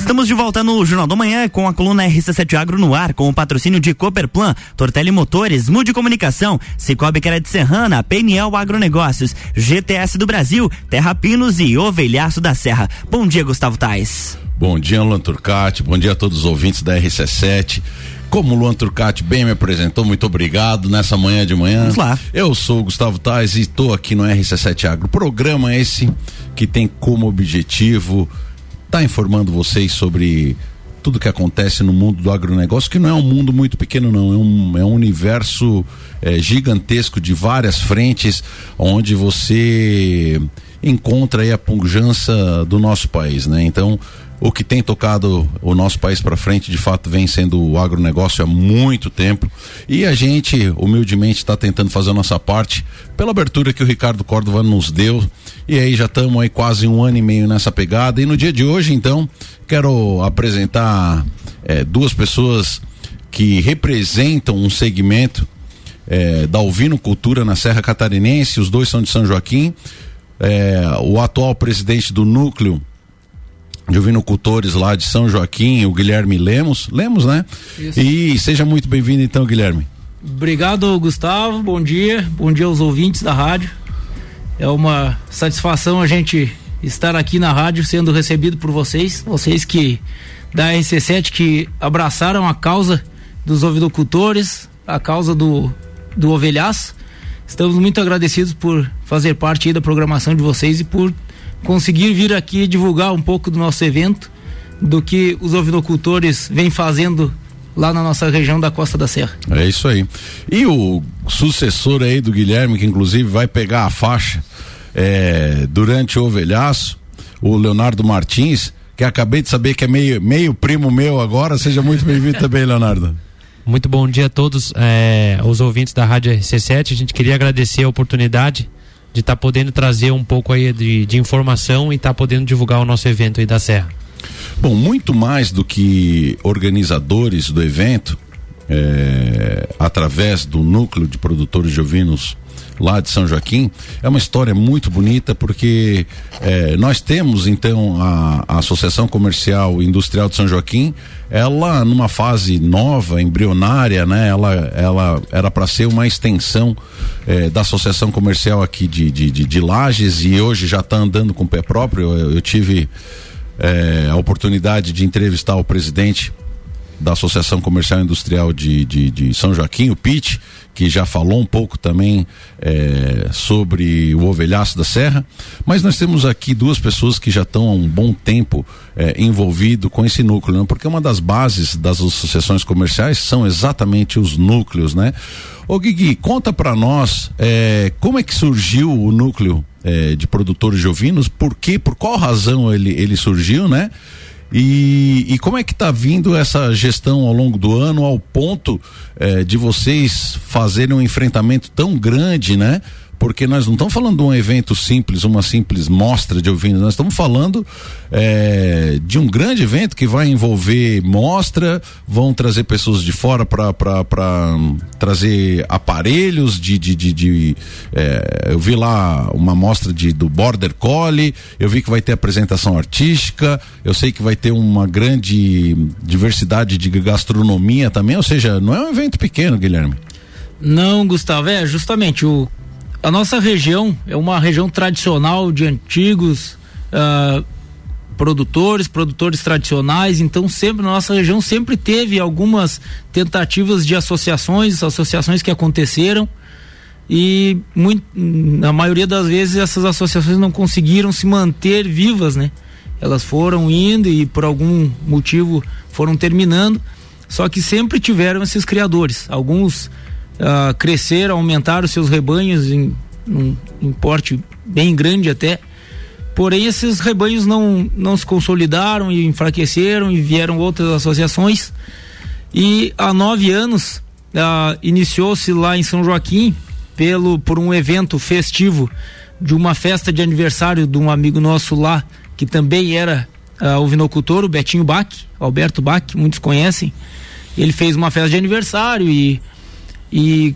Estamos de volta no Jornal da Manhã com a coluna RC7 Agro no ar, com o patrocínio de Cooperplan, Tortelli Motores, Mude Comunicação, Cicobi Crédito Serrana, PNL Agronegócios, GTS do Brasil, Terra Pinos e Ovelhaço da Serra. Bom dia, Gustavo Tais. Bom dia, Luan Turcati, bom dia a todos os ouvintes da RC7. Como o Luan Turcati bem me apresentou, muito obrigado nessa manhã de manhã. Vamos lá. Eu sou o Gustavo Tais e estou aqui no RC7 Agro. Programa esse que tem como objetivo estar informando vocês sobre tudo que acontece no mundo do agronegócio, que não é um mundo muito pequeno não, é um universo gigantesco de várias frentes, onde você encontra aí a pujança do nosso país, né? Então, o que tem tocado o nosso país para frente, de fato, vem sendo o agronegócio há muito tempo, e a gente humildemente está tentando fazer a nossa parte pela abertura que o Ricardo Córdova nos deu, e aí já estamos aí quase 1 ano e meio nessa pegada. E no dia de hoje, então, quero apresentar duas pessoas que representam um segmento da ovinocultura na Serra Catarinense. Os dois são de São Joaquim. O atual presidente do núcleo de ovinocultores lá de São Joaquim, o Guilherme Lemos, né? Isso. E seja muito bem-vindo então, Guilherme. Obrigado, Gustavo, bom dia aos ouvintes da rádio. É uma satisfação a gente estar aqui na rádio sendo recebido por vocês que da RC7, que abraçaram a causa dos ovinocultores, a causa do ovelhaço. Estamos muito agradecidos por fazer parte aí da programação de vocês e por conseguir vir aqui divulgar um pouco do nosso evento, do que os ovinocultores vêm fazendo lá na nossa região da Costa da Serra. É isso aí. E o sucessor aí do Guilherme, que inclusive vai pegar a faixa durante o ovelhaço, o Leonardo Martins, que acabei de saber que é meio primo meu agora. Seja muito bem-vindo também, Leonardo. Muito bom dia a todos os ouvintes da Rádio RC7. A gente queria agradecer a oportunidade de estar podendo trazer um pouco aí de informação e estar podendo divulgar o nosso evento aí da Serra. Bom, muito mais do que organizadores do evento, através do núcleo de produtores de ovinos lá de São Joaquim, é uma história muito bonita, porque nós temos então a Associação Comercial e Industrial de São Joaquim, ela numa fase nova, embrionária, né? Ela era para ser uma extensão da Associação Comercial aqui de Lages, e hoje já está andando com o pé próprio. Eu tive a oportunidade de entrevistar o presidente da Associação Comercial e Industrial de São Joaquim, o Pete, que já falou um pouco também sobre o ovelhaço da Serra. Mas nós temos aqui duas pessoas que já estão há um bom tempo envolvido com esse núcleo, né? Porque uma das bases das associações comerciais são exatamente os núcleos, né? Ô Guigui, conta pra nós como é que surgiu o núcleo de produtores de ovinos, por qual razão ele surgiu, né? E como é que está vindo essa gestão ao longo do ano, ao ponto de vocês fazerem um enfrentamento tão grande, né? Porque nós não estamos falando de um evento simples, uma simples mostra de ovinos, nós estamos falando de um grande evento que vai envolver mostra, vão trazer pessoas de fora para trazer aparelhos eu vi lá uma mostra do Border Collie, eu vi que vai ter apresentação artística, eu sei que vai ter uma grande diversidade de gastronomia também, ou seja, não é um evento pequeno, Guilherme. Não, Gustavo, justamente a nossa região é uma região tradicional de antigos produtores tradicionais, então sempre na nossa região sempre teve algumas tentativas de associações que aconteceram, e na maioria das vezes essas associações não conseguiram se manter vivas, né? Elas foram indo e por algum motivo foram terminando, só que sempre tiveram esses criadores. Alguns cresceram, aumentaram seus rebanhos em porte bem grande até, porém esses rebanhos não se consolidaram e enfraqueceram, e vieram outras associações, e há 9 anos iniciou-se lá em São Joaquim por um evento festivo de uma festa de aniversário de um amigo nosso lá, que também era ovinocultor, o Betinho Bach, Alberto Bach, muitos conhecem. Ele fez uma festa de aniversário e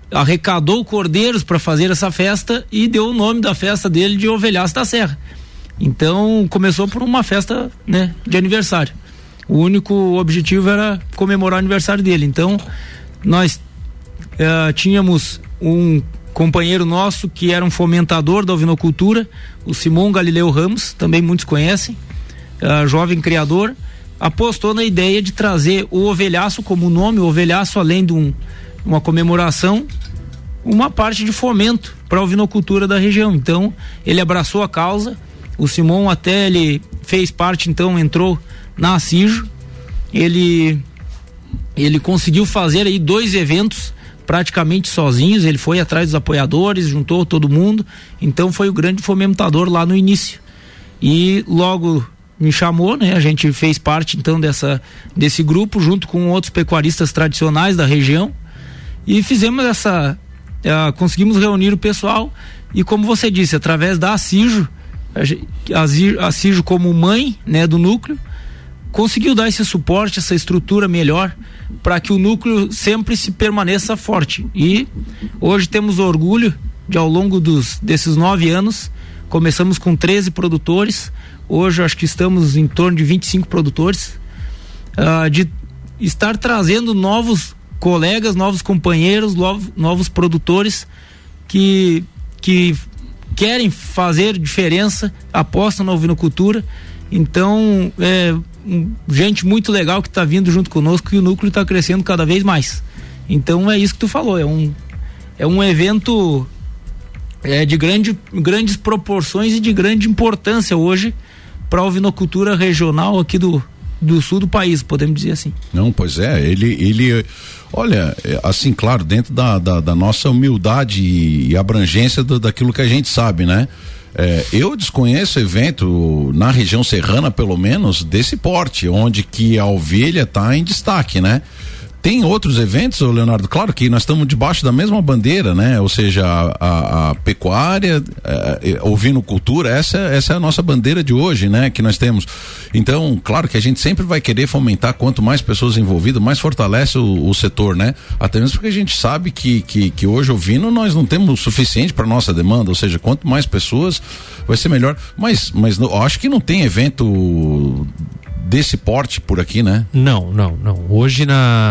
arrecadou cordeiros para fazer essa festa e deu o nome da festa dele de Ovelhaço da Serra. Então começou por uma festa, né, de aniversário. O único objetivo era comemorar o aniversário dele. Então nós tínhamos um companheiro nosso que era um fomentador da ovinocultura, o Simão Galileu Ramos, também muitos conhecem, jovem criador, apostou na ideia de trazer o ovelhaço como nome, o ovelhaço, além de uma comemoração, uma parte de fomento para a ovinocultura da região. Então ele abraçou a causa. O Simão até ele fez parte, então entrou na Acijo. Ele conseguiu fazer aí 2 eventos praticamente sozinhos. Ele foi atrás dos apoiadores, juntou todo mundo, então foi o grande fomentador lá no início, e logo me chamou, né? A gente fez parte então desse grupo junto com outros pecuaristas tradicionais da região, e fizemos conseguimos reunir o pessoal, e como você disse, através da Acijo, a Acijo como mãe, né, do núcleo, conseguiu dar esse suporte, essa estrutura melhor para que o núcleo sempre se permaneça forte. E hoje temos orgulho de, ao longo desses 9 anos, começamos com 13 produtores, hoje acho que estamos em torno de 25 produtores, de estar trazendo novos colegas, novos companheiros, novos produtores que querem fazer diferença, apostam na ovinocultura. Então gente muito legal que está vindo junto conosco, e o núcleo está crescendo cada vez mais. Então é isso que tu falou, é um evento de grandes proporções e de grande importância hoje para a ovinocultura regional aqui do sul do país, podemos dizer assim. Não, pois é, ele olha, assim, claro, dentro da nossa humildade e abrangência daquilo que a gente sabe, né? Eu desconheço evento na região serrana, pelo menos, desse porte, onde que a ovelha está em destaque, né? Tem outros eventos, Leonardo, claro que nós estamos debaixo da mesma bandeira, né? Ou seja, a pecuária, ovinocultura, essa é a nossa bandeira de hoje, né? Que nós temos. Então, claro que a gente sempre vai querer fomentar, quanto mais pessoas envolvidas, mais fortalece o setor, né? Até mesmo porque a gente sabe que hoje ovino nós não temos o suficiente para nossa demanda, ou seja, quanto mais pessoas vai ser melhor. Mas eu acho que não tem evento desse porte por aqui, né? Não. Hoje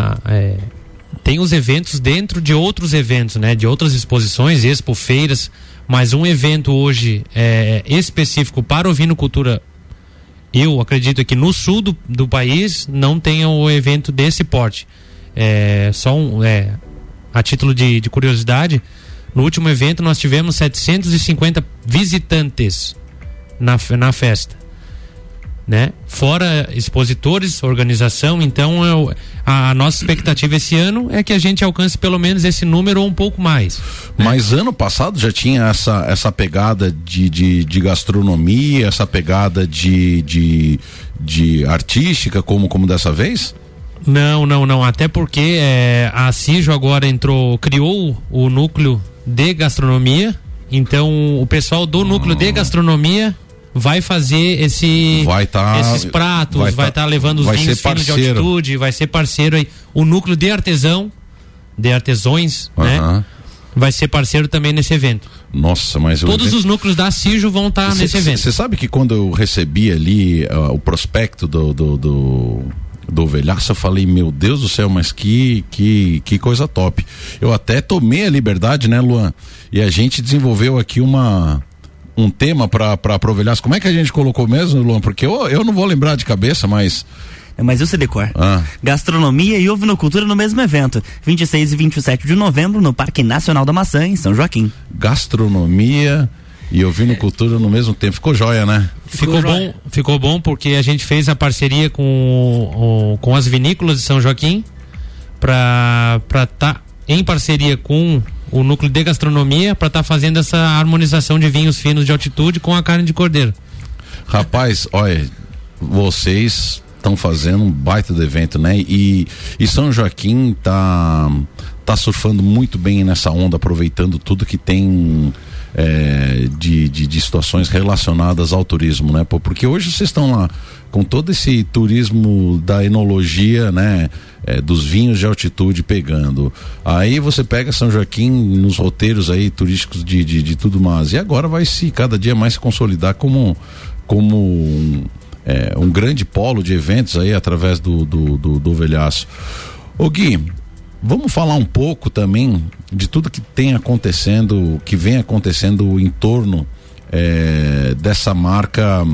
tem os eventos dentro de outros eventos, né? De outras exposições, expo, feiras, mas um evento hoje específico para ovinocultura, eu acredito que no sul do país não tenha o evento desse porte. A título de curiosidade, no último evento nós tivemos 750 visitantes na festa, né? Fora expositores, organização. Então a nossa expectativa esse ano é que a gente alcance pelo menos esse número ou um pouco mais, né? Mas ano passado já tinha essa pegada de gastronomia, essa pegada de artística como dessa vez? Não, até porque a Acijo agora criou o núcleo de gastronomia, então o pessoal do núcleo de gastronomia vai fazer esses pratos, vai estar levando os vinhos finos de altitude, vai ser parceiro aí. O núcleo de artesões, né? Vai ser parceiro também nesse evento. Nossa, mas todos os núcleos da Acijo vão estar nesse evento. Você sabe que quando eu recebi ali o prospecto do ovelhaço, eu falei, meu Deus do céu, mas que coisa top. Eu até tomei a liberdade, né, Luan? E a gente desenvolveu aqui um tema para ovelhaço. Como é que a gente colocou mesmo, Luan? Porque eu não vou lembrar de cabeça, mas eu sei decor. Gastronomia e ovinocultura no mesmo evento, 26 e 27 de novembro no Parque Nacional da Maçã, em São Joaquim. Gastronomia e ovinocultura no mesmo tempo. Ficou joia, né? Ficou bom porque a gente fez a parceria com as vinícolas de São Joaquim para estar em parceria com o núcleo de gastronomia para estar fazendo essa harmonização de vinhos finos de altitude com a carne de cordeiro. Rapaz, olha, vocês estão fazendo um baita do evento, né? E São Joaquim tá surfando muito bem nessa onda, aproveitando tudo que tem de situações relacionadas ao turismo, né? Porque hoje vocês estão lá com todo esse turismo da enologia, né? Dos vinhos de altitude pegando. Aí você pega São Joaquim nos roteiros aí turísticos de tudo mais. E agora vai cada dia mais se consolidar como como um grande polo de eventos aí através do Ovelhaço. Ô Gui, vamos falar um pouco também de tudo que vem acontecendo em torno dessa marca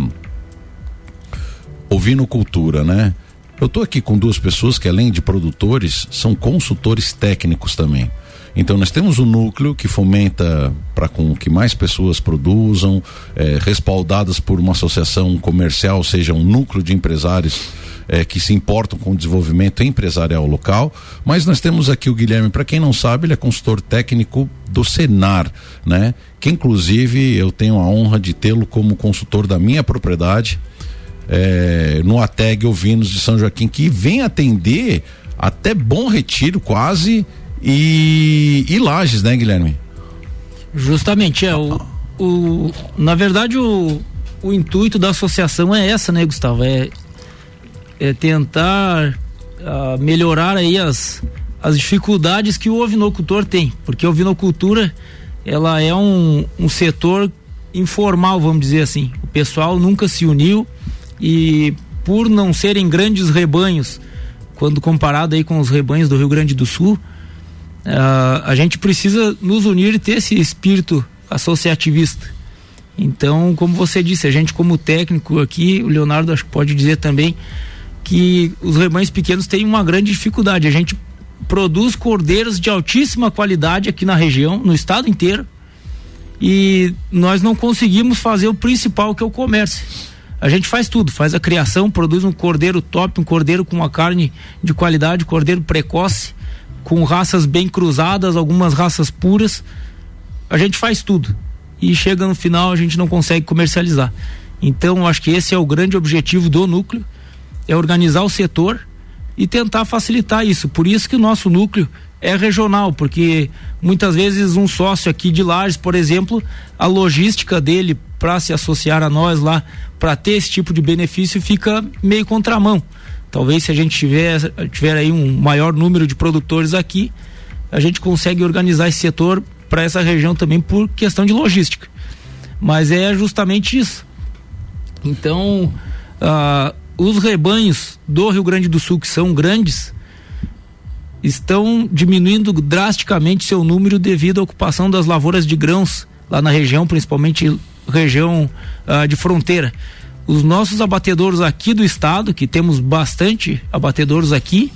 Ovinocultura, né? Eu tô aqui com duas pessoas que, além de produtores, são consultores técnicos também. Então nós temos um núcleo que fomenta para que mais pessoas produzam, respaldadas por uma associação comercial, ou seja, um núcleo de empresários que se importam com o desenvolvimento empresarial local. Mas nós temos aqui o Guilherme, para quem não sabe, ele é consultor técnico do Senar, né? Que inclusive eu tenho a honra de tê-lo como consultor da minha propriedade, no ATEG Ovinos de São Joaquim, que vem atender até Bom Retiro quase e Lages, né, Guilherme? Justamente, na verdade o intuito da associação é essa, né, Gustavo? É tentar melhorar aí as dificuldades que o ovinocultor tem, porque a ovinocultura, ela é um setor informal, vamos dizer assim. O pessoal nunca se uniu, e por não serem grandes rebanhos, quando comparado aí com os rebanhos do Rio Grande do Sul, a gente precisa nos unir e ter esse espírito associativista. Então, como você disse, a gente como técnico aqui, o Leonardo acho que pode dizer também, que os rebanhos pequenos têm uma grande dificuldade. A gente produz cordeiros de altíssima qualidade aqui na região, no estado inteiro, e nós não conseguimos fazer o principal, que é o comércio. A gente faz tudo, faz a criação, produz um cordeiro top, um cordeiro com uma carne de qualidade, cordeiro precoce, com raças bem cruzadas, algumas raças puras. A gente faz tudo e chega no final a gente não consegue comercializar. Então acho que esse é o grande objetivo do núcleo, é organizar o setor e tentar facilitar isso. Por isso que o nosso núcleo é regional, porque muitas vezes um sócio aqui de Lages, por exemplo, a logística dele para se associar a nós lá, para ter esse tipo de benefício, fica meio contramão. Talvez se a gente tiver aí um maior número de produtores aqui, a gente consegue organizar esse setor para essa região também por questão de logística. Mas é justamente isso. Então, os rebanhos do Rio Grande do Sul, que são grandes, estão diminuindo drasticamente seu número devido à ocupação das lavouras de grãos lá na região, principalmente região de fronteira. Os nossos abatedouros aqui do estado, que temos bastante abatedouros aqui,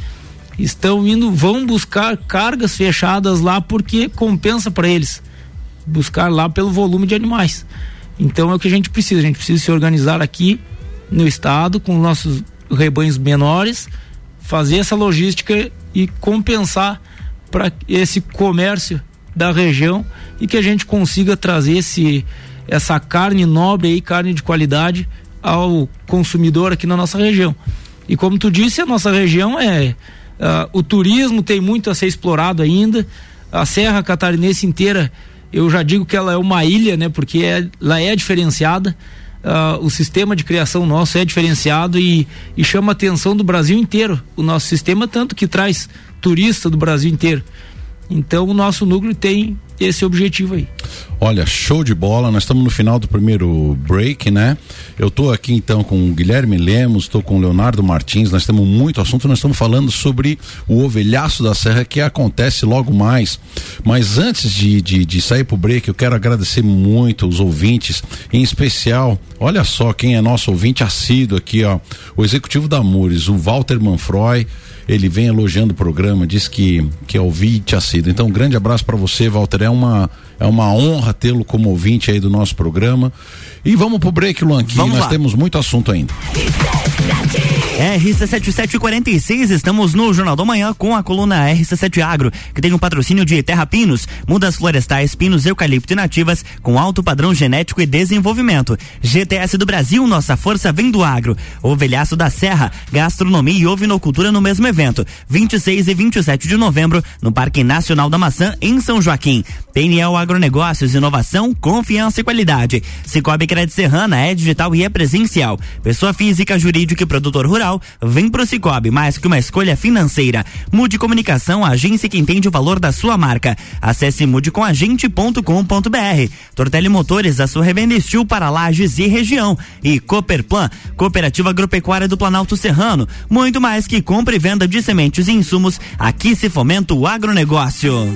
vão buscar cargas fechadas lá porque compensa para eles buscar lá pelo volume de animais. Então é o que a gente precisa se organizar aqui no estado com nossos rebanhos menores, fazer essa logística e compensar para esse comércio da região e que a gente consiga trazer essa carne nobre aí, carne de qualidade ao consumidor aqui na nossa região. E como tu disse, a nossa região o turismo tem muito a ser explorado ainda. A Serra Catarinense inteira, eu já digo que ela é uma ilha, né? Porque ela é diferenciada. O sistema de criação nosso é diferenciado e chama a atenção do Brasil inteiro. O nosso sistema, tanto que traz turista do Brasil inteiro. Então o nosso núcleo tem esse objetivo aí. Olha, show de bola, nós estamos no final do primeiro break, né? Eu tô aqui então com o Guilherme Lemos, tô com o Leonardo Martins, nós temos muito assunto, nós estamos falando sobre o Ovelhaço da Serra, que acontece logo mais. Mas antes de sair pro break, eu quero agradecer muito os ouvintes, em especial, olha só quem é nosso ouvinte assíduo aqui, ó, o executivo da Amures, o Walter Manfroy. Ele vem elogiando o programa, diz que é ouvinte assíduo. Então, um grande abraço para você, Walter. É uma honra tê-lo como ouvinte aí do nosso programa. E vamos pro break, Luan, que nós temos muito assunto ainda. RC7746, estamos no Jornal da Manhã com a coluna RC7 Agro, que tem um patrocínio de Terra Pinos, mudas florestais, pinos, eucalipto e nativas com alto padrão genético e desenvolvimento. GTS do Brasil, nossa força vem do agro. Ovelhaço da Serra, gastronomia e ovinocultura no mesmo evento, 26 e 27 de novembro, no Parque Nacional da Maçã, em São Joaquim. PNL Agronegócios, inovação, confiança e qualidade. Cicobi Crédito Serrana é digital e é presencial. Pessoa física, jurídica e produtor rural rural, vem pro Cicobi, mais que uma escolha financeira. Mude Comunicação, a agência que entende o valor da sua marca. Acesse mudecomagente.com.br. Tortelli Motores, a sua revenda Estil para Lages e região. E Cooperplan, Cooperativa Agropecuária do Planalto Serrano. Muito mais que compra e venda de sementes e insumos, aqui se fomenta o agronegócio.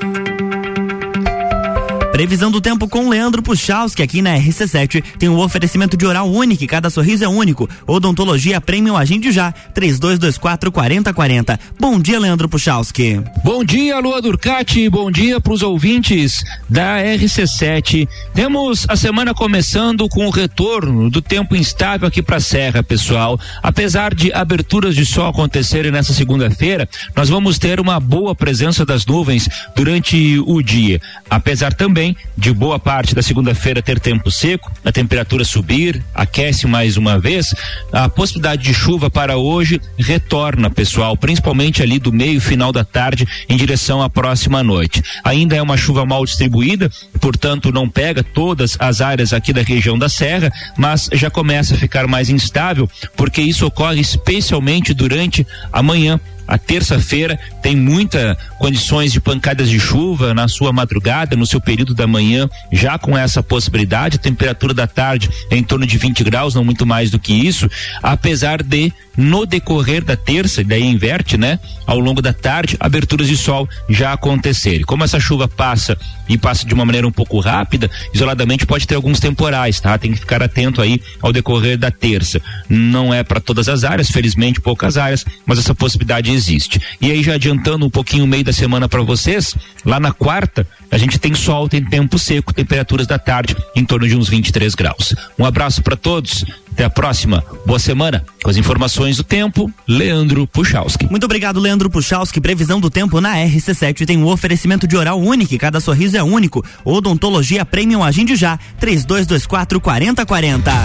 Previsão do tempo com Leandro Puchalski, aqui na RC7 tem um oferecimento de oral único, cada sorriso é único. Odontologia Premium, agende já, 3224-4040. Bom dia, Leandro Puchalski. Bom dia, Lua Durcati, bom dia para os ouvintes da RC7. Temos a semana começando com o retorno do tempo instável aqui para a Serra, pessoal. Apesar de aberturas de sol acontecerem nessa segunda-feira, nós vamos ter uma boa presença das nuvens durante o dia. Apesar também de boa parte da segunda-feira ter tempo seco, a temperatura subir, aquece mais uma vez, a possibilidade de chuva para hoje retorna, pessoal, principalmente ali do meio e final da tarde em direção à próxima noite. Ainda é uma chuva mal distribuída, portanto não pega todas as áreas aqui da região da Serra, mas já começa a ficar mais instável, porque isso ocorre especialmente durante a manhã. A terça-feira tem muitas condições de pancadas de chuva na sua madrugada, no seu período da manhã, já com essa possibilidade. A temperatura da tarde é em torno de 20 graus, não muito mais do que isso, apesar de, no decorrer da terça, daí inverte, né? Ao longo da tarde, aberturas de sol já acontecerem. Como essa chuva passa e passa de uma maneira um pouco rápida, isoladamente pode ter alguns temporais, tá? Tem que ficar atento aí ao decorrer da terça. Não é para todas as áreas, felizmente poucas áreas, mas essa possibilidade existe. E aí, já adiantando um pouquinho o meio da semana para vocês, lá na quarta a gente tem sol, tem tempo seco, temperaturas da tarde em torno de uns 23 graus. Um abraço para todos, até a próxima, boa semana. Com as informações do tempo, Leandro Puchalski. Muito obrigado, Leandro Puchalski. Previsão do tempo na RC7 tem um oferecimento de oral único, cada sorriso é único. Odontologia Premium, agende já, 3224-4040.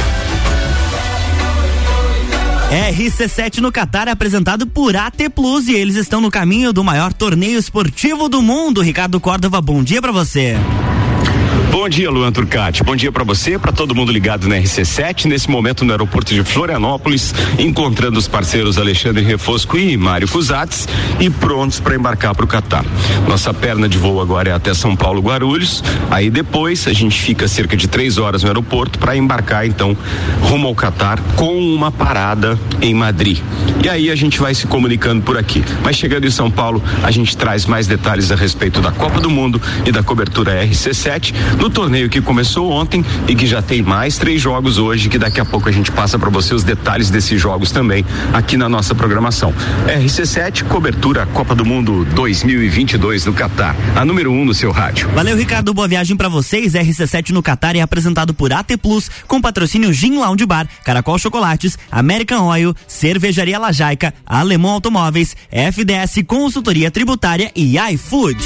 RC7 no Catar é apresentado por AT Plus e eles estão no caminho do maior torneio esportivo do mundo. Ricardo Córdova, bom dia pra você. Bom dia, Luan Turcati. Bom dia para você, para todo mundo ligado na RC7, nesse momento no aeroporto de Florianópolis, encontrando os parceiros Alexandre Refosco e Mário Fusates e prontos para embarcar para o Catar. Nossa perna de voo agora é até São Paulo, Guarulhos. Aí depois a gente fica cerca de 3 horas no aeroporto para embarcar então rumo ao Catar, com uma parada em Madrid. E aí a gente vai se comunicando por aqui. Mas chegando em São Paulo, a gente traz mais detalhes a respeito da Copa do Mundo e da cobertura RC7 no torneio que começou ontem e que já tem mais 3 jogos hoje, que daqui a pouco a gente passa para você os detalhes desses jogos também aqui na nossa programação. RC7, cobertura Copa do Mundo 2022 no Catar, a número 1 no seu rádio. Valeu, Ricardo, boa viagem para vocês. RC7 no Catar é apresentado por AT Plus, com patrocínio Gin Lounge Bar, Caracol Chocolates, American Oil, Cervejaria Lajaica, Alemão Automóveis, FDS Consultoria Tributária e iFood.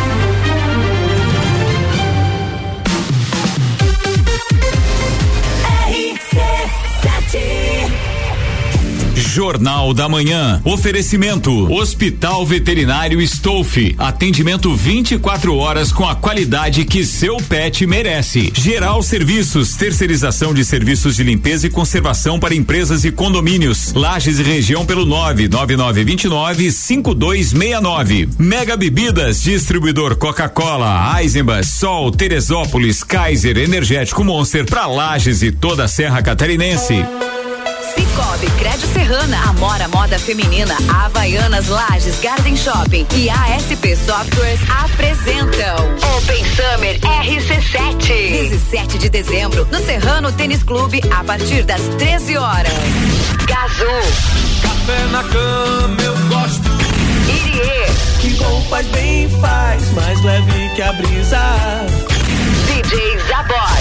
Jornal da Manhã. Oferecimento Hospital Veterinário Stolf. Atendimento 24 horas com a qualidade que seu pet merece. Geral Serviços, terceirização de serviços de limpeza e conservação para empresas e condomínios. Lages e região pelo 99929-5269. Mega Bebidas, distribuidor Coca-Cola, Eisenbach, Sol, Teresópolis, Kaiser, Energético Monster para Lages e toda a Serra Catarinense. Cicobi, Crédito Serrana, Amora Moda Feminina, Havaianas Lages, Garden Shopping e ASP Softwares apresentam Open Summer RC7. 17 de dezembro, no Serrano Tênis Clube, a partir das 13 horas. Gazoo. Café na cama eu gosto. Irie. Que bom faz bem, faz mais leve que a brisa. DJ Zabot.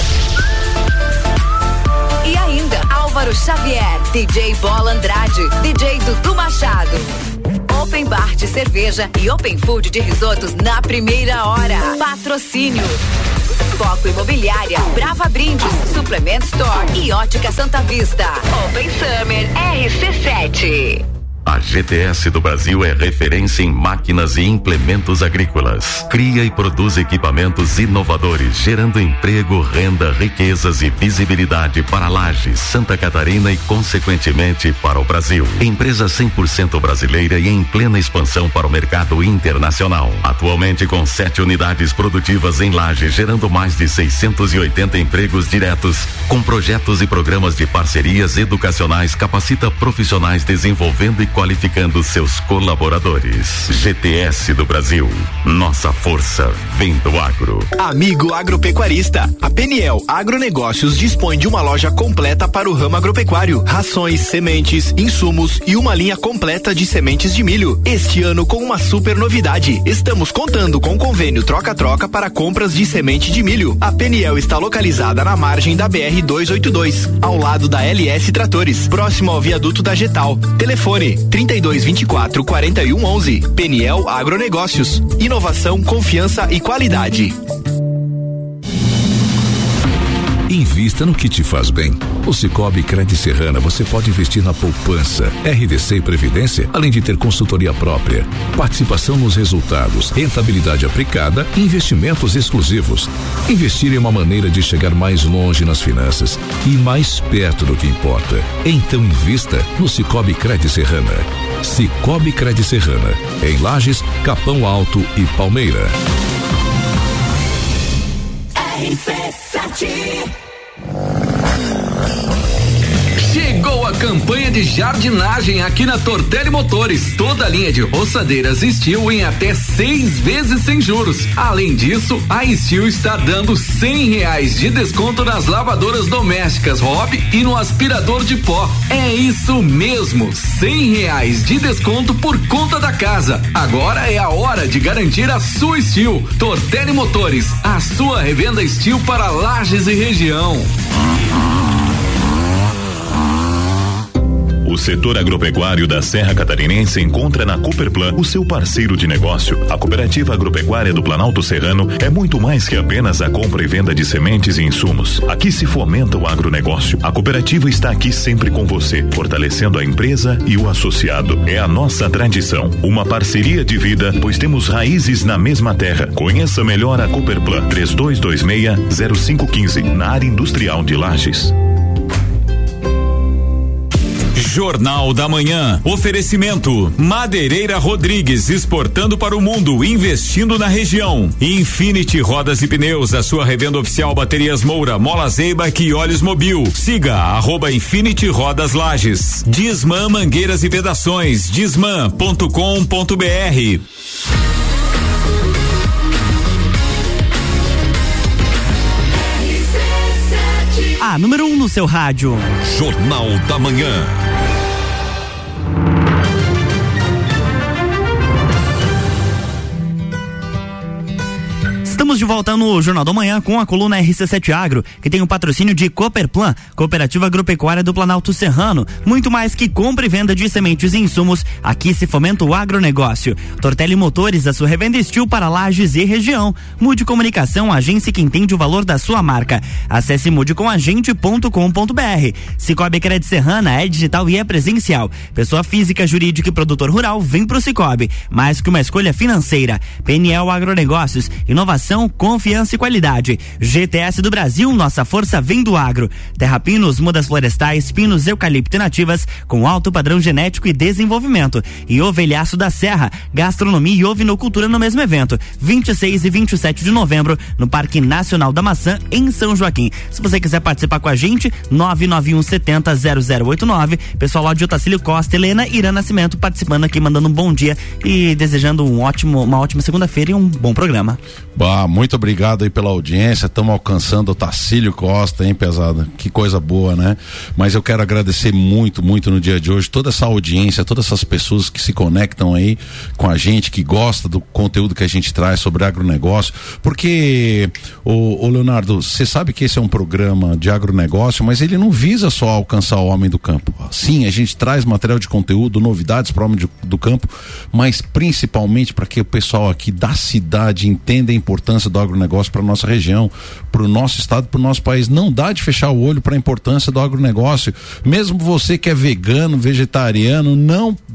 E ainda Álvaro Xavier, DJ Bola Andrade, DJ Dudu Machado. Open Bar de cerveja e Open Food de risotos na primeira hora. Patrocínio Foco Imobiliária, Brava Brindes, Suplement Store e Ótica Santa Vista. Open Summer RC7. A GTS do Brasil é referência em máquinas e implementos agrícolas. Cria e produz equipamentos inovadores, gerando emprego, renda, riquezas e visibilidade para Lages, Santa Catarina e, consequentemente, para o Brasil. Empresa 100% brasileira e em plena expansão para o mercado internacional. Atualmente com 7 unidades produtivas em Lages, gerando mais de 680 empregos diretos, com projetos e programas de parcerias educacionais, capacita profissionais desenvolvendo e qualificando seus colaboradores. GTS do Brasil. Nossa força vem do agro. Amigo agropecuarista, a Peniel Agronegócios dispõe de uma loja completa para o ramo agropecuário. Rações, sementes, insumos e uma linha completa de sementes de milho. Este ano com uma super novidade. Estamos contando com convênio troca-troca para compras de semente de milho. A Peniel está localizada na margem da BR-282, ao lado da LS Tratores, próximo ao viaduto da Getal. Telefone 3224-4111. Peniel Agronegócios. Inovação, confiança e qualidade. Invista no que te faz bem. O Cicobi Cred Serrana você pode investir na poupança, RDC e Previdência, além de ter consultoria própria, participação nos resultados, rentabilidade aplicada e investimentos exclusivos. Investir é uma maneira de chegar mais longe nas finanças e mais perto do que importa. Então invista no Cicobi Cred Serrana. Cicobi Cred Serrana, em Lages, Capão Alto e Palmeira. Chegou a campanha de jardinagem aqui na Tortelli Motores. Toda a linha de roçadeiras Steel em até 6 vezes sem juros. Além disso, a Steel está dando R$100 de desconto nas lavadoras domésticas Hobby e no aspirador de pó. É isso mesmo, R$100 de desconto por conta da casa. Agora é a hora de garantir a sua Steel. Tortelli Motores, a sua revenda Steel para Lages e região. O setor agropecuário da Serra Catarinense encontra na Cooperplan o seu parceiro de negócio. A Cooperativa Agropecuária do Planalto Serrano é muito mais que apenas a compra e venda de sementes e insumos. Aqui se fomenta o agronegócio. A cooperativa está aqui sempre com você, fortalecendo a empresa e o associado. É a nossa tradição, uma parceria de vida, pois temos raízes na mesma terra. Conheça melhor a Cooperplan 3226-0515, na área industrial de Lages. Jornal da Manhã. Oferecimento: Madeireira Rodrigues, exportando para o mundo, investindo na região. Infinity Rodas e Pneus, a sua revenda oficial Baterias Moura, Mola Zeiba e Olhos Mobil. Siga @Infinity Rodas Lages. Disman Mangueiras e Vedações, disman.com.br. A número 1 no seu rádio. Jornal da Manhã. Estamos de volta no Jornal da Manhã com a coluna RC7 Agro, que tem o patrocínio de Cooperplan, Cooperativa Agropecuária do Planalto Serrano. Muito mais que compra e venda de sementes e insumos, aqui se fomenta o agronegócio. Tortelli Motores, a sua revenda Steel para Lages e região. Mude Comunicação, agência que entende o valor da sua marca. Acesse mudecomagente.com.br. Cicobi Cred Serrana é digital e é presencial. Pessoa física, jurídica e produtor rural, vem pro Cicobi. Mais que uma escolha financeira. Peniel Agronegócios, inovação, confiança e qualidade. GTS do Brasil, nossa força vem do agro. Terra Pinos, mudas florestais, pinos, eucalipto e nativas com alto padrão genético e desenvolvimento. E Ovelhaço da Serra, gastronomia e ovinocultura no mesmo evento, 26 e 27 de novembro, no Parque Nacional da Maçã, em São Joaquim. Se você quiser participar com a gente, 991700089. Pessoal lá de Otacílio Costa, Helena Irã Nascimento participando aqui, mandando um bom dia e desejando uma ótima segunda-feira e um bom programa. Muito obrigado aí pela audiência, estamos alcançando o Tacílio Costa, hein, pesada? Que coisa boa, né? Mas eu quero agradecer muito no dia de hoje, toda essa audiência, todas essas pessoas que se conectam aí com a gente, que gosta do conteúdo que a gente traz sobre agronegócio, porque, ô Leonardo, você sabe que esse é um programa de agronegócio, mas ele não visa só alcançar o homem do campo. Sim, a gente traz material de conteúdo, novidades para o homem do campo, mas principalmente para que o pessoal aqui da cidade entenda a importância do agronegócio para nossa região, para o nosso estado, para o nosso país. Não dá de fechar o olho para a importância do agronegócio. Mesmo você que é vegano, vegetariano, não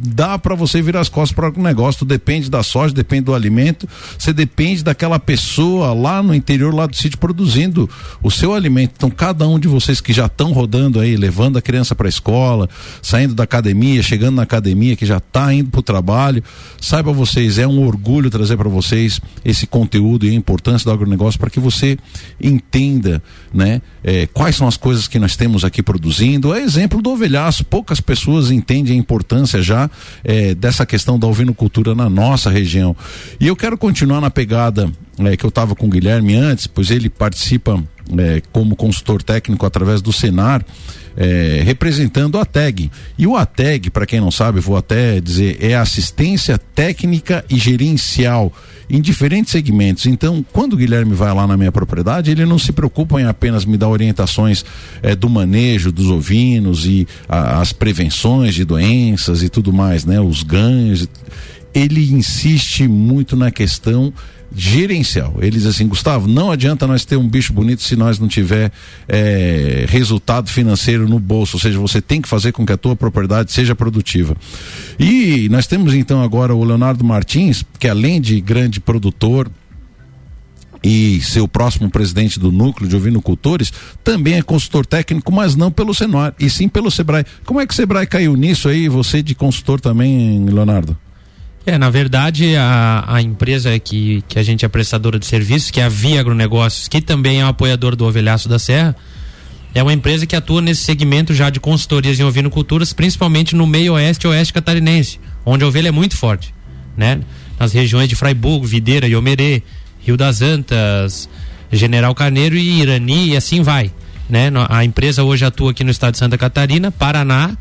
dá para você virar as costas para o negócio. Tu depende da soja, depende do alimento, você depende daquela pessoa lá no interior, lá do sítio, produzindo o seu alimento. Então, cada um de vocês que já estão rodando aí, levando a criança para a escola, saindo da academia, chegando na academia, que já está indo para o trabalho, saiba vocês, é um orgulho trazer para vocês esse conteúdo e a importância do agronegócio para que você entenda, né, quais são as coisas que nós temos aqui produzindo. É exemplo do ovelhaço, poucas pessoas entendem a importância já dessa questão da ovinocultura na nossa região. E eu quero continuar na pegada que eu estava com o Guilherme antes, pois ele participa como consultor técnico através do Senar, representando a ATEG. E o ATEG, para quem não sabe, vou até dizer, é assistência técnica e gerencial em diferentes segmentos. Então, quando o Guilherme vai lá na minha propriedade, ele não se preocupa em apenas me dar orientações do manejo dos ovinos e as prevenções de doenças e tudo mais, né? Os ganhos. Ele insiste muito na questão gerencial. Ele diz assim: Gustavo, não adianta nós ter um bicho bonito se nós não tiver resultado financeiro no bolso, ou seja, você tem que fazer com que a tua propriedade seja produtiva. E nós temos então agora o Leonardo Martins, que além de grande produtor e ser o próximo presidente do núcleo de ovinocultores, também é consultor técnico, mas não pelo Senar, e sim pelo Sebrae. Como é que o Sebrae caiu nisso aí, você de consultor também, Leonardo? Na verdade, a empresa que a gente é prestadora de serviços, que é a Via Agronegócios, que também é um apoiador do Ovelhaço da Serra, é uma empresa que atua nesse segmento já de consultorias em ovinoculturas, principalmente no meio oeste e oeste catarinense, onde a ovelha é muito forte, né? Nas regiões de Fraiburgo, Videira, Iomerê, Rio das Antas, General Carneiro e Irani, e assim vai, né? A empresa hoje atua aqui no estado de Santa Catarina, Paraná,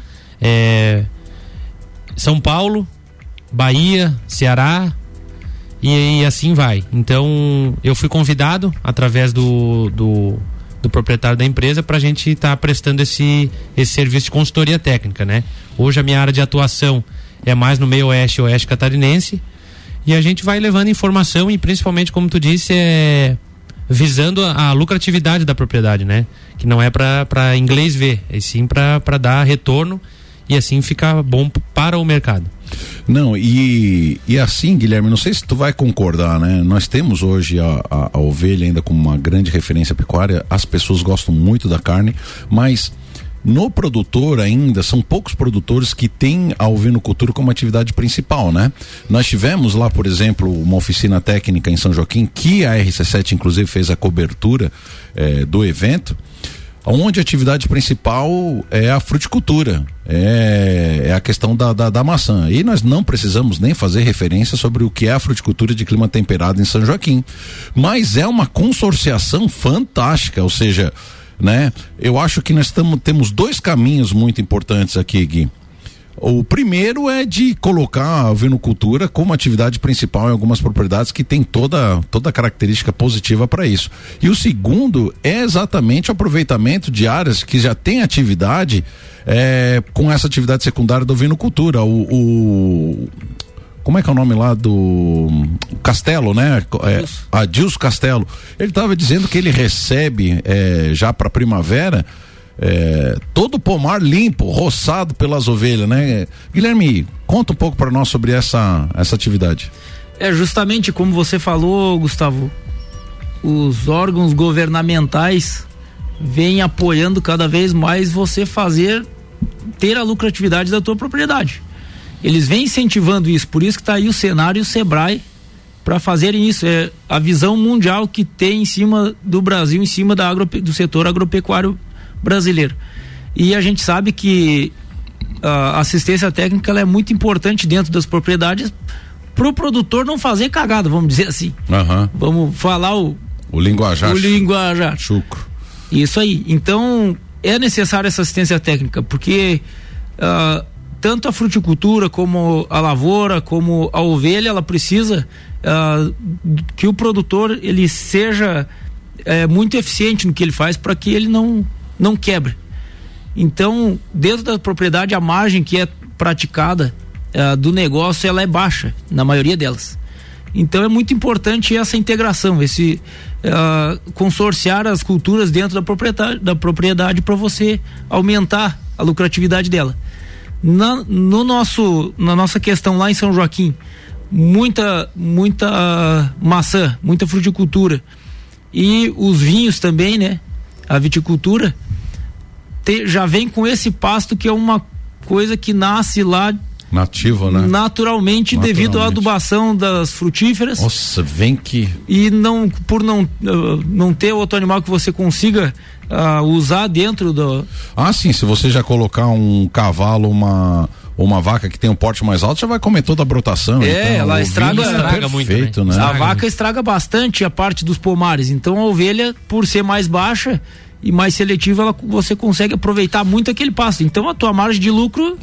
São Paulo, Bahia, Ceará e assim vai. Então eu fui convidado através do proprietário da empresa para a gente estar prestando esse serviço de consultoria técnica, né? Hoje a minha área de atuação é mais no meio oeste e oeste catarinense, e a gente vai levando informação e principalmente, como tu disse, visando a lucratividade da propriedade, né? Que não é para inglês ver, e sim para dar retorno e assim ficar bom para o mercado. Não, e assim, Guilherme, não sei se tu vai concordar, né? Nós temos hoje a ovelha ainda como uma grande referência pecuária, as pessoas gostam muito da carne, mas no produtor ainda são poucos produtores que têm a ovinocultura como atividade principal, né? Nós tivemos lá, por exemplo, uma oficina técnica em São Joaquim, que a RC7 inclusive fez a cobertura do evento, onde a atividade principal é a fruticultura, é a questão da maçã. E nós não precisamos nem fazer referência sobre o que é a fruticultura de clima temperado em São Joaquim, mas é uma consorciação fantástica, ou seja, né? Eu acho que nós temos dois caminhos muito importantes aqui, Gui. O primeiro é de colocar a ovinocultura como atividade principal em algumas propriedades que tem toda a característica positiva para isso. E o segundo é exatamente o aproveitamento de áreas que já tem atividade com essa atividade secundária da ovinocultura. Como é que é o nome lá do Castelo, né? Adilson Castelo. Ele estava dizendo que ele recebe já para primavera todo o pomar limpo, roçado pelas ovelhas, né? Guilherme, conta um pouco para nós sobre essa atividade. Justamente como você falou, Gustavo, os órgãos governamentais vêm apoiando cada vez mais você ter a lucratividade da tua propriedade. Eles vêm incentivando isso, por isso que está aí o Senar e o Sebrae para fazerem isso. É a visão mundial que tem em cima do Brasil, em cima do setor agropecuário brasileiro. E a gente sabe que a assistência técnica ela é muito importante dentro das propriedades para o produtor não fazer cagada, vamos dizer assim. Vamos falar o linguajar. Chucro. Isso aí. Então é necessária essa assistência técnica, porque tanto a fruticultura como a lavoura, como a ovelha, ela precisa que o produtor ele seja muito eficiente no que ele faz para que ele não quebre. Então, dentro da propriedade, a margem que é praticada do negócio, ela é baixa, na maioria delas. Então, é muito importante essa integração, esse consorciar as culturas dentro da propriedade para você aumentar a lucratividade dela. Na nossa questão lá em São Joaquim, muita maçã, muita fruticultura e os vinhos também, né? A viticultura já vem com esse pasto que é uma coisa que nasce lá nativo, né? Naturalmente, devido à adubação das frutíferas. Nossa, vem que... E por não ter outro animal que você consiga usar dentro do... Ah, sim, se você já colocar um cavalo, uma vaca que tem um porte mais alto, já vai comer toda a brotação. Então, ela estraga muito, né? A vaca estraga bastante a parte dos pomares, então a ovelha, por ser mais baixa e mais seletiva, você consegue aproveitar muito aquele pasto. Então a tua margem de lucro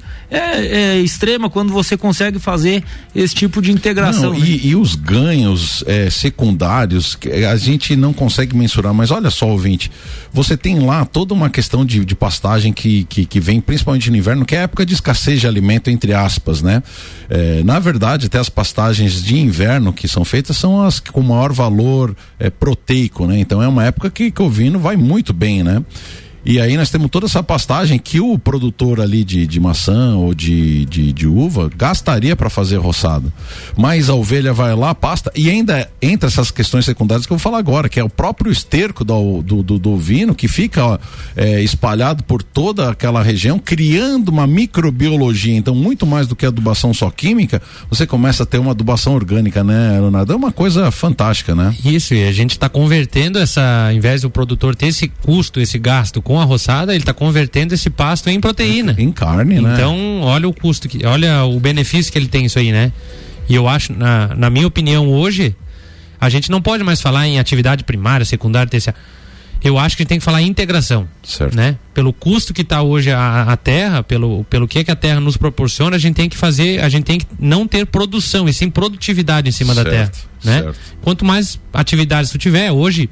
é extrema quando você consegue fazer esse tipo de integração. Não, e os ganhos secundários que a gente não consegue mensurar, mas olha só, ouvinte, você tem lá toda uma questão de pastagem que vem principalmente no inverno, que é a época de escassez de alimento, entre aspas, né? Na verdade, até as pastagens de inverno que são feitas são as com maior valor proteico, né? Então é uma época que o ovino vai muito bem, né? E aí nós temos toda essa pastagem que o produtor ali de maçã ou de uva gastaria para fazer roçada. Mas a ovelha vai lá, pasta, e ainda entra essas questões secundárias que eu vou falar agora, que é o próprio esterco do ovino que fica espalhado por toda aquela região, criando uma microbiologia. Então, muito mais do que adubação só química, você começa a ter uma adubação orgânica, né, Leonardo? É uma coisa fantástica, né? Isso, e a gente está convertendo ao invés do produtor ter esse custo, esse gasto com a roçada, ele está convertendo esse pasto em proteína. Em carne, né? Então, olha o custo, olha o benefício que ele tem isso aí, né? E eu acho, na minha opinião, hoje, a gente não pode mais falar em atividade primária, secundária, terciária. Eu acho que a gente tem que falar em integração, certo, né? Pelo custo que está hoje a terra, pelo que a terra nos proporciona, a gente tem que não ter produção, e sim produtividade em cima da terra, né? Certo. Quanto mais atividades tu tiver, hoje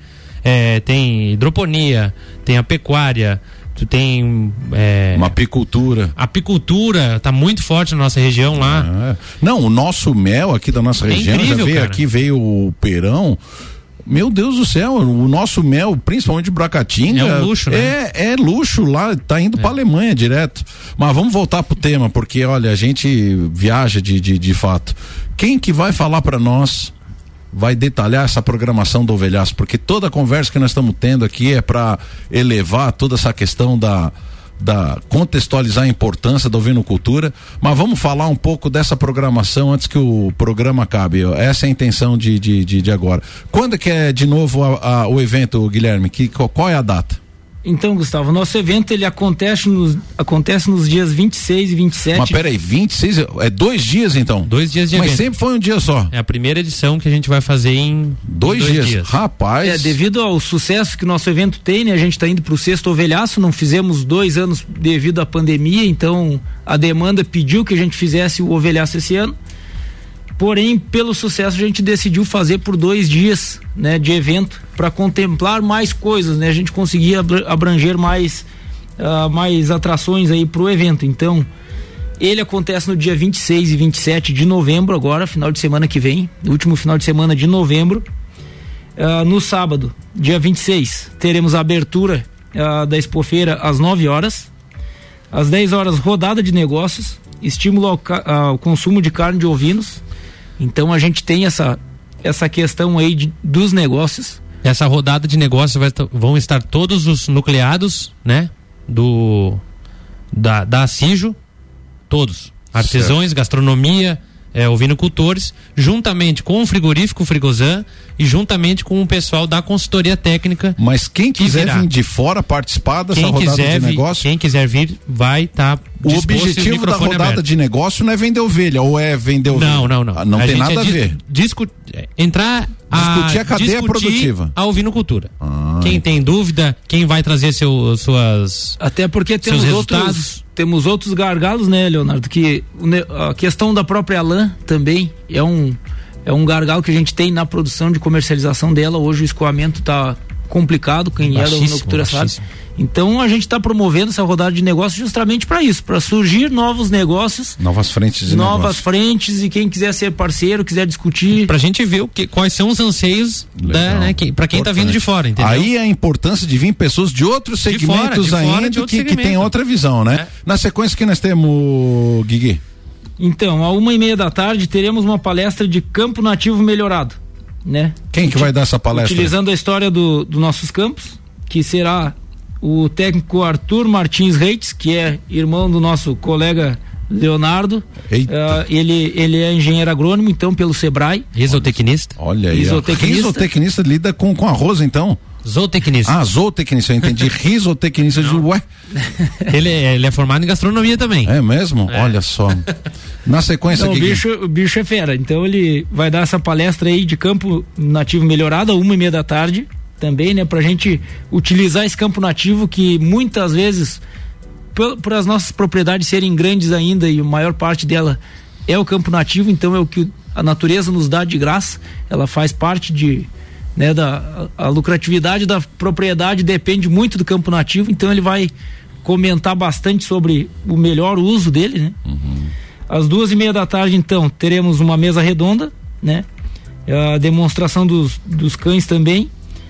tem hidroponia, tem a pecuária, tu tem uma apicultura. A apicultura tá muito forte na nossa região lá. Não, o nosso mel aqui da nossa região, incrível, já veio cara. Aqui veio o perão. Meu Deus do céu, o nosso mel, principalmente de Bracatinga, é um luxo, né? É luxo lá, tá indo pra Alemanha direto. Mas vamos voltar pro tema, porque olha, a gente viaja de fato. Quem que vai falar para nós, vai detalhar essa programação do Ovelhaço? Porque toda a conversa que nós estamos tendo aqui é para elevar toda essa questão da contextualizar a importância da ovinocultura, mas vamos falar um pouco dessa programação antes que o programa acabe. Essa é a intenção de agora. Quando que é de novo o evento, Guilherme? Qual é a data? Então, Gustavo, nosso evento ele acontece nos dias 26 e 27. Mas peraí, 26 é 2 dias então? 2 dias de Mas evento. sempre foi um dia só? É a primeira edição que a gente vai fazer em 2 dias. Rapaz. Devido ao sucesso que o nosso evento tem, né? A gente está indo para o 6º Ovelhaço, não fizemos 2 anos devido à pandemia, então a demanda pediu que a gente fizesse o Ovelhaço esse ano. Porém, pelo sucesso, a gente decidiu fazer por 2 dias, né, de evento, para contemplar mais coisas, né? A gente conseguia abranger mais atrações aí pro evento. Então, ele acontece no dia 26 e 27 de novembro, agora, final de semana que vem, último final de semana de novembro. No sábado, dia 26, teremos a abertura da Expofeira às 9 horas. Às 10 horas, rodada de negócios, estímulo ao consumo de carne de ovinos. Então a gente tem essa questão aí dos negócios. Essa rodada de negócios vão estar todos os nucleados, né? Da Acijo, todos. Artesãos, gastronomia, ovinocultores, juntamente com o frigorífico Frigozan e juntamente com o pessoal da consultoria técnica. Mas quem quiser vir de fora participar dessa rodada de negócio, quem quiser vir vai estar o objetivo da rodada aberto. De negócio não é vender ovelha, ou é vender ovelha? Não. Não tem nada a ver. Discutir a cadeia produtiva, a ovinocultura. Quem tem dúvida, quem vai trazer suas até porque temos outros gargalos, né, Leonardo, que a questão da própria lã também é um gargalo que a gente tem na produção de comercialização dela. Hoje o escoamento tá complicado, quem é da ovinocultura sabe. Então a gente está promovendo essa rodada de negócios justamente para isso, para surgir novos negócios, novas frentes de novas frentes, e quem quiser ser parceiro, quiser discutir, pra gente ver quais são os anseios para quem está vindo de fora, entendeu? Aí a importância de vir pessoas de outros segmentos que tem outra visão, né? Na sequência que nós temos, Guigui. Então, à 1h30 teremos uma palestra de campo nativo melhorado, né? Quem que vai dar essa palestra? Utilizando a história dos nossos campos, que será o técnico Arthur Martins Reitz, que é irmão do nosso colega Leonardo. Ele é engenheiro agrônomo, então, pelo Sebrae. Isotecnista. Olha aí. Isotecnista lida com arroz, então. Zootecnista. Zootecnista, eu entendi. Risotecnista, ué. Ele é formado em gastronomia também. É mesmo? Olha só. Na sequência aqui. O bicho é fera. Então ele vai dar essa palestra aí de campo nativo melhorado, 1h30 também, né? Pra gente utilizar esse campo nativo que muitas vezes, por as nossas propriedades serem grandes ainda, e a maior parte dela é o campo nativo, então é o que a natureza nos dá de graça. Ela faz parte a lucratividade da propriedade depende muito do campo nativo, então ele vai comentar bastante sobre o melhor uso dele, né? Às 2h30 então teremos uma mesa redonda, né? A demonstração dos cães também.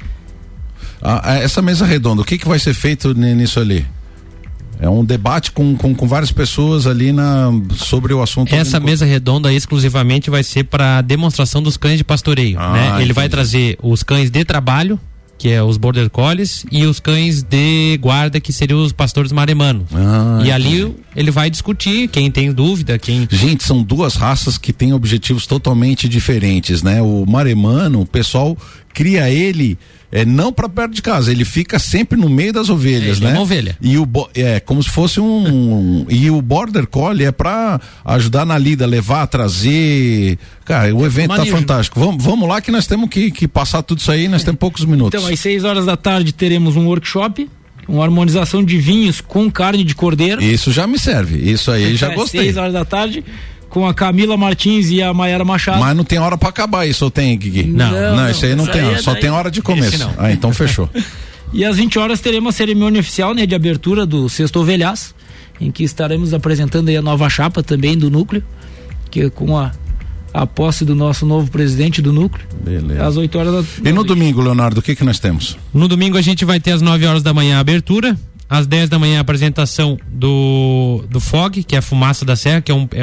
Essa mesa redonda, o que vai ser feito nisso ali? É um debate com várias pessoas ali sobre o assunto. Essa mesa redonda exclusivamente vai ser para demonstração dos cães de pastoreio, né? Ele vai trazer os cães de trabalho, que é os Border Collies, e os cães de guarda, que seriam os pastores maremano. E ali ele vai discutir, quem tem dúvida, Gente, são duas raças que têm objetivos totalmente diferentes, né? O maremano, o pessoal cria ele não para perto de casa, ele fica sempre no meio das ovelhas, né? É uma ovelha. E como se fosse e o Border Collie é para ajudar na lida, levar, trazer. Cara, o evento tá fantástico. Vamos lá que nós temos que passar tudo isso aí, nós temos poucos minutos. Então, às 6h teremos um workshop, uma harmonização de vinhos com carne de cordeiro. Isso já me serve, isso aí já gostei. 6h com a Camila Martins e a Mayara Machado. Mas não tem hora pra acabar isso, ou tem, Guigui? Não, isso aí não tem hora, só tem hora de começo. Então fechou. E às 20h teremos a cerimônia oficial, né, de abertura do Sexto Ovelhas, em que estaremos apresentando aí a nova chapa também do núcleo, que com a posse do nosso novo presidente do núcleo. Beleza. Às 8h. E no domingo, Leonardo, o que nós temos? No domingo a gente vai ter às 9h da manhã a abertura. Às 10h a apresentação do FOG, que é a Fumaça da Serra, que é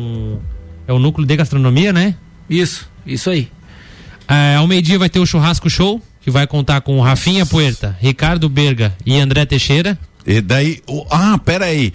um núcleo de gastronomia, né? Isso aí. Ao meio-dia vai ter o Churrasco Show, que vai contar com Rafinha Puerta, Ricardo Berga e André Teixeira. E daí, pera aí,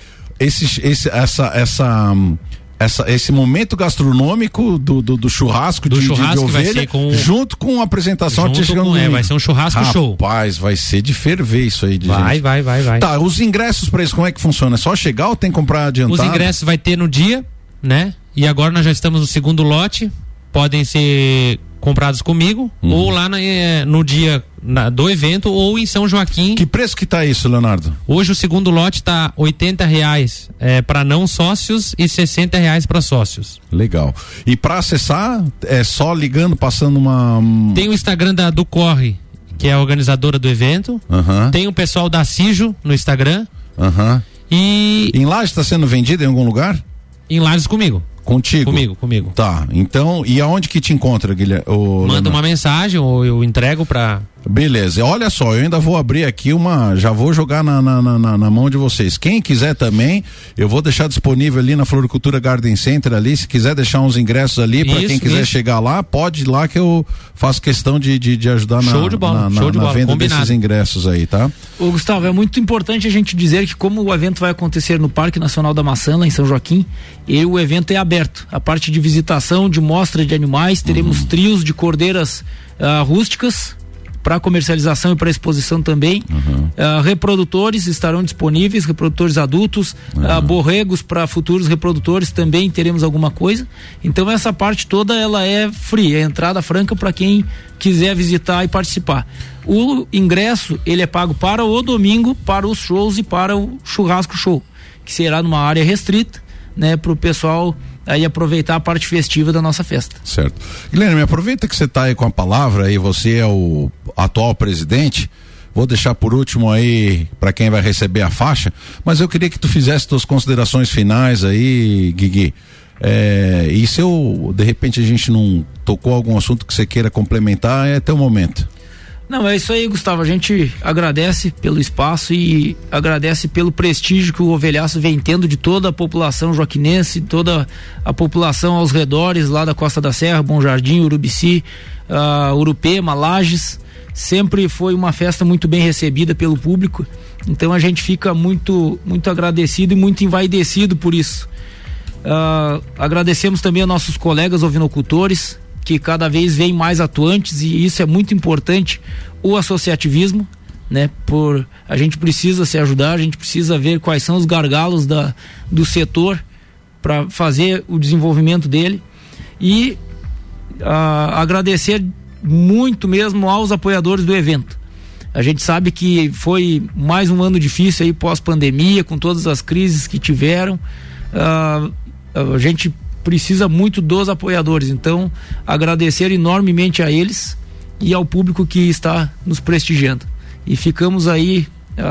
esse momento gastronômico do churrasco de ovelha, vai ser junto com a apresentação artística, vai ser um churrasco show. Rapaz, vai ser de ferver isso aí. Vai. Tá, os ingressos pra isso, como é que funciona? É só chegar ou tem que comprar adiantado? Os ingressos vai ter no dia, né? E agora nós já estamos no segundo lote, podem ser comprados comigo, ou lá no dia do evento, ou em São Joaquim. Que preço que tá isso, Leonardo? Hoje o segundo lote tá R$80 para não sócios e R$60 para sócios. Legal. E para acessar, é só ligando, passando Tem o Instagram do Corre, que é a organizadora do evento. Tem o pessoal da Cijo no Instagram. E em Lages está sendo vendido em algum lugar? Em Lages comigo. Contigo? Comigo. Tá, então, e aonde que te encontra, Guilherme? Manda uma mensagem ou eu entrego pra... Beleza, olha só, eu ainda vou abrir aqui já vou jogar na mão de vocês. Quem quiser também, eu vou deixar disponível ali na Floricultura Garden Center ali, se quiser deixar uns ingressos ali, pra quem quiser chegar lá, pode ir lá que eu faço questão de ajudar na venda combinado. Desses ingressos aí, tá? Ô Gustavo, é muito importante a gente dizer que como o evento vai acontecer no Parque Nacional da Maçã, lá em São Joaquim, o evento é aberto. A parte de visitação, de mostra de animais, teremos trios de cordeiras rústicas para comercialização e para exposição também. Reprodutores estarão disponíveis, reprodutores adultos, borregos para futuros reprodutores também teremos alguma coisa. Então essa parte toda ela é free, é entrada franca para quem quiser visitar e participar. O ingresso ele é pago para o domingo, para os shows e para o churrasco show, que será numa área restrita, né, para o pessoal aí aproveitar a parte festiva da nossa festa. Certo. Guilherme, aproveita que você está aí com a palavra e você é o atual presidente. Vou deixar por último aí para quem vai receber a faixa, mas eu queria que tu fizesse tuas considerações finais aí, Guigui. E se de repente a gente não tocou algum assunto que você queira complementar, é teu momento. Não, é isso aí, Gustavo, a gente agradece pelo espaço e agradece pelo prestígio que o Ovelhaço vem tendo de toda a população joaquinense, toda a população aos redores lá da Costa da Serra, Bom Jardim, Urubici, Urupema, Lages. Sempre foi uma festa muito bem recebida pelo público, então a gente fica muito, muito agradecido e muito envaidecido por isso. Agradecemos também a nossos colegas ovinocultores, que cada vez vêm mais atuantes, e isso é muito importante, o associativismo, né? A gente precisa se ajudar, a gente precisa ver quais são os gargalos do setor para fazer o desenvolvimento dele, e agradecer muito mesmo aos apoiadores do evento. A gente sabe que foi mais um ano difícil aí pós-pandemia, com todas as crises que tiveram. A gente precisa muito dos apoiadores, então agradecer enormemente a eles e ao público que está nos prestigiando, e ficamos aí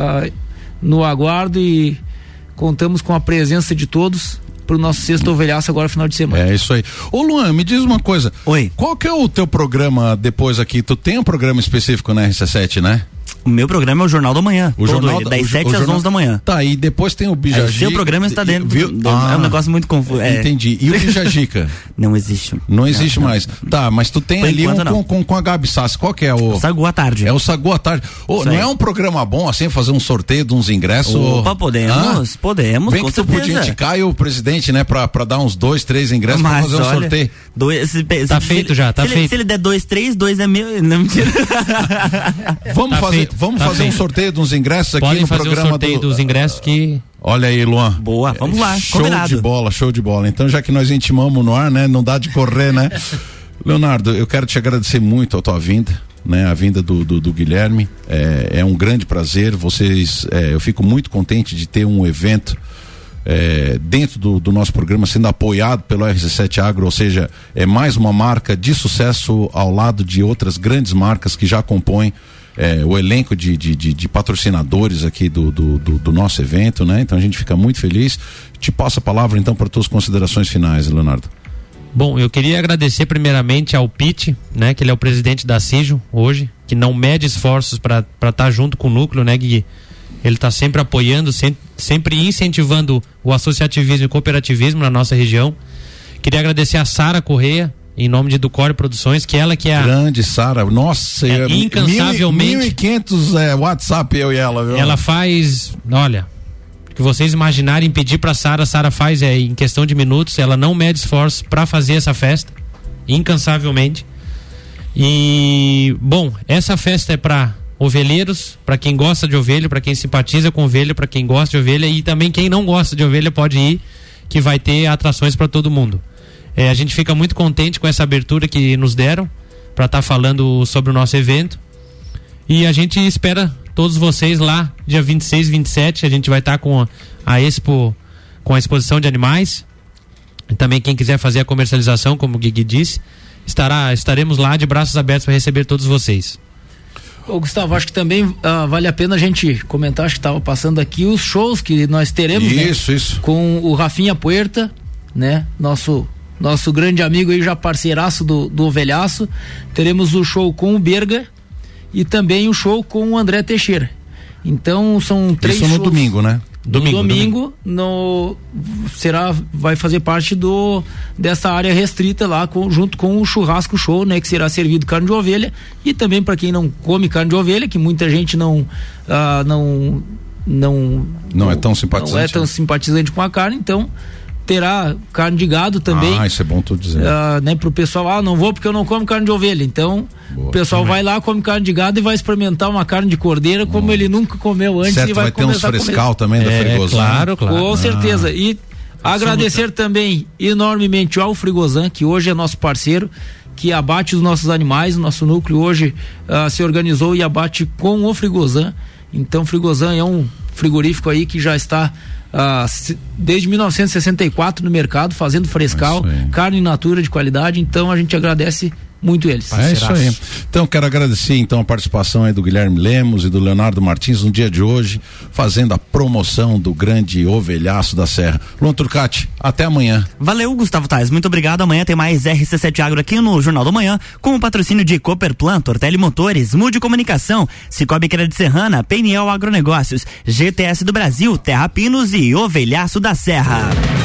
no aguardo e contamos com a presença de todos pro nosso sexto Ovelhaço agora final de semana. É isso aí. Ô Luan, me diz uma coisa. Oi. Qual que é o teu programa depois aqui? Tu tem um programa específico na RC7, né? O meu programa é o Jornal da Manhã. Das 7 às 11 da manhã. Tá, e depois tem o Bijajica. O seu programa está dentro. É um negócio muito confuso. Entendi. E o Bijajica? Não existe. Não existe mais. Tá, mas tu tem ali com a Gabi Sassi. Qual que é o Sagu à Tarde. É o Sagu à Tarde. Não é um programa bom assim, fazer um sorteio de uns ingressos? Opa, podemos. Bem que tu podia indicar o presidente, né, pra dar uns 2, 3 ingressos pra fazer um sorteio. Tá feito já, tá feito. Se ele der 2, 3, 2 é meu. Não, mentira. Vamos fazer um sorteio de uns ingressos aqui no programa. Podem fazer um sorteio dos ingressos que... Olha aí, Luan. Boa, vamos lá, combinado. Show de bola. Então, já que nós intimamos no ar, né, não dá de correr, né? Leonardo, eu quero te agradecer muito a tua vinda, né? A vinda do Guilherme. É um grande prazer. Eu fico muito contente de ter um evento dentro do nosso programa sendo apoiado pelo RC7 Agro, ou seja, é mais uma marca de sucesso ao lado de outras grandes marcas que já compõem o elenco de patrocinadores aqui do nosso evento, né? Então a gente fica muito feliz. Te passo a palavra então para tuas considerações finais, Leonardo. Bom, eu queria agradecer primeiramente ao Pete, né? Que ele é o presidente da Cijo hoje, que não mede esforços para estar junto com o núcleo, né, Gui? Ele está sempre apoiando, sempre incentivando o associativismo e cooperativismo na nossa região. Queria agradecer a Sara Correia, em nome de Ducore Produções, que ela que é grande Sara, nossa, incansavelmente 1.500 WhatsApp eu e ela, viu? Ela faz, olha, que vocês imaginarem, pedir pra Sara faz em questão de minutos, ela não mede esforço para fazer essa festa, incansavelmente. E bom, essa festa é para ovelheiros, para quem gosta de ovelha, para quem simpatiza com ovelha, para quem gosta de ovelha, e também quem não gosta de ovelha pode ir, que vai ter atrações para todo mundo. A gente fica muito contente com essa abertura que nos deram para estar falando sobre o nosso evento, e a gente espera todos vocês lá dia 26 e 27. A gente vai estar com a Expo, com a exposição de animais, e também quem quiser fazer a comercialização, como o Guigui disse, estaremos lá de braços abertos para receber todos vocês. Ô Gustavo, acho que também vale a pena a gente comentar, acho que estava passando aqui os shows que nós teremos, isso. Com o Rafinha Puerta, né? Nosso grande amigo aí, já parceiraço do Ovelhaço. Teremos o show com o Berga e também o show com o André Teixeira. Então são 3 shows. Isso no domingo, né? Domingo vai fazer parte dessa área restrita lá, junto com o churrasco show, né? Que será servido carne de ovelha, e também para quem não come carne de ovelha, que muita gente não é tão simpatizante. Não é tão simpatizante com a carne, então terá carne de gado também. Isso é bom tu dizer. Né, pro pessoal, não vou porque eu não como carne de ovelha. Então, o pessoal vai lá, come carne de gado e vai experimentar uma carne de cordeira como ele nunca comeu antes. Certo, e vai ter uns frescal também da Frigozan. Claro. Com certeza. E agradecer também enormemente ao Frigozan, que hoje é nosso parceiro, que abate os nossos animais. O nosso núcleo hoje se organizou e abate com o Frigozan. Então, Frigozan é um frigorífico aí que já está desde 1964 no mercado, fazendo frescal, carne in natura de qualidade, então a gente agradece muito eles. É isso aí. Então quero agradecer então a participação aí do Guilherme Lemos e do Leonardo Martins no dia de hoje, fazendo a promoção do grande ovelhaço da Serra. Luan Turcati, até amanhã. Valeu, Gustavo Tais, muito obrigado. Amanhã tem mais RC7 Agro aqui no Jornal da Manhã, com o patrocínio de Cooperplan, Tortelli Motores, Mude Comunicação, Cicobi Crédito Serrana, PNL Agronegócios, GTS do Brasil, Terra Pinos e Ovelhaço da Serra.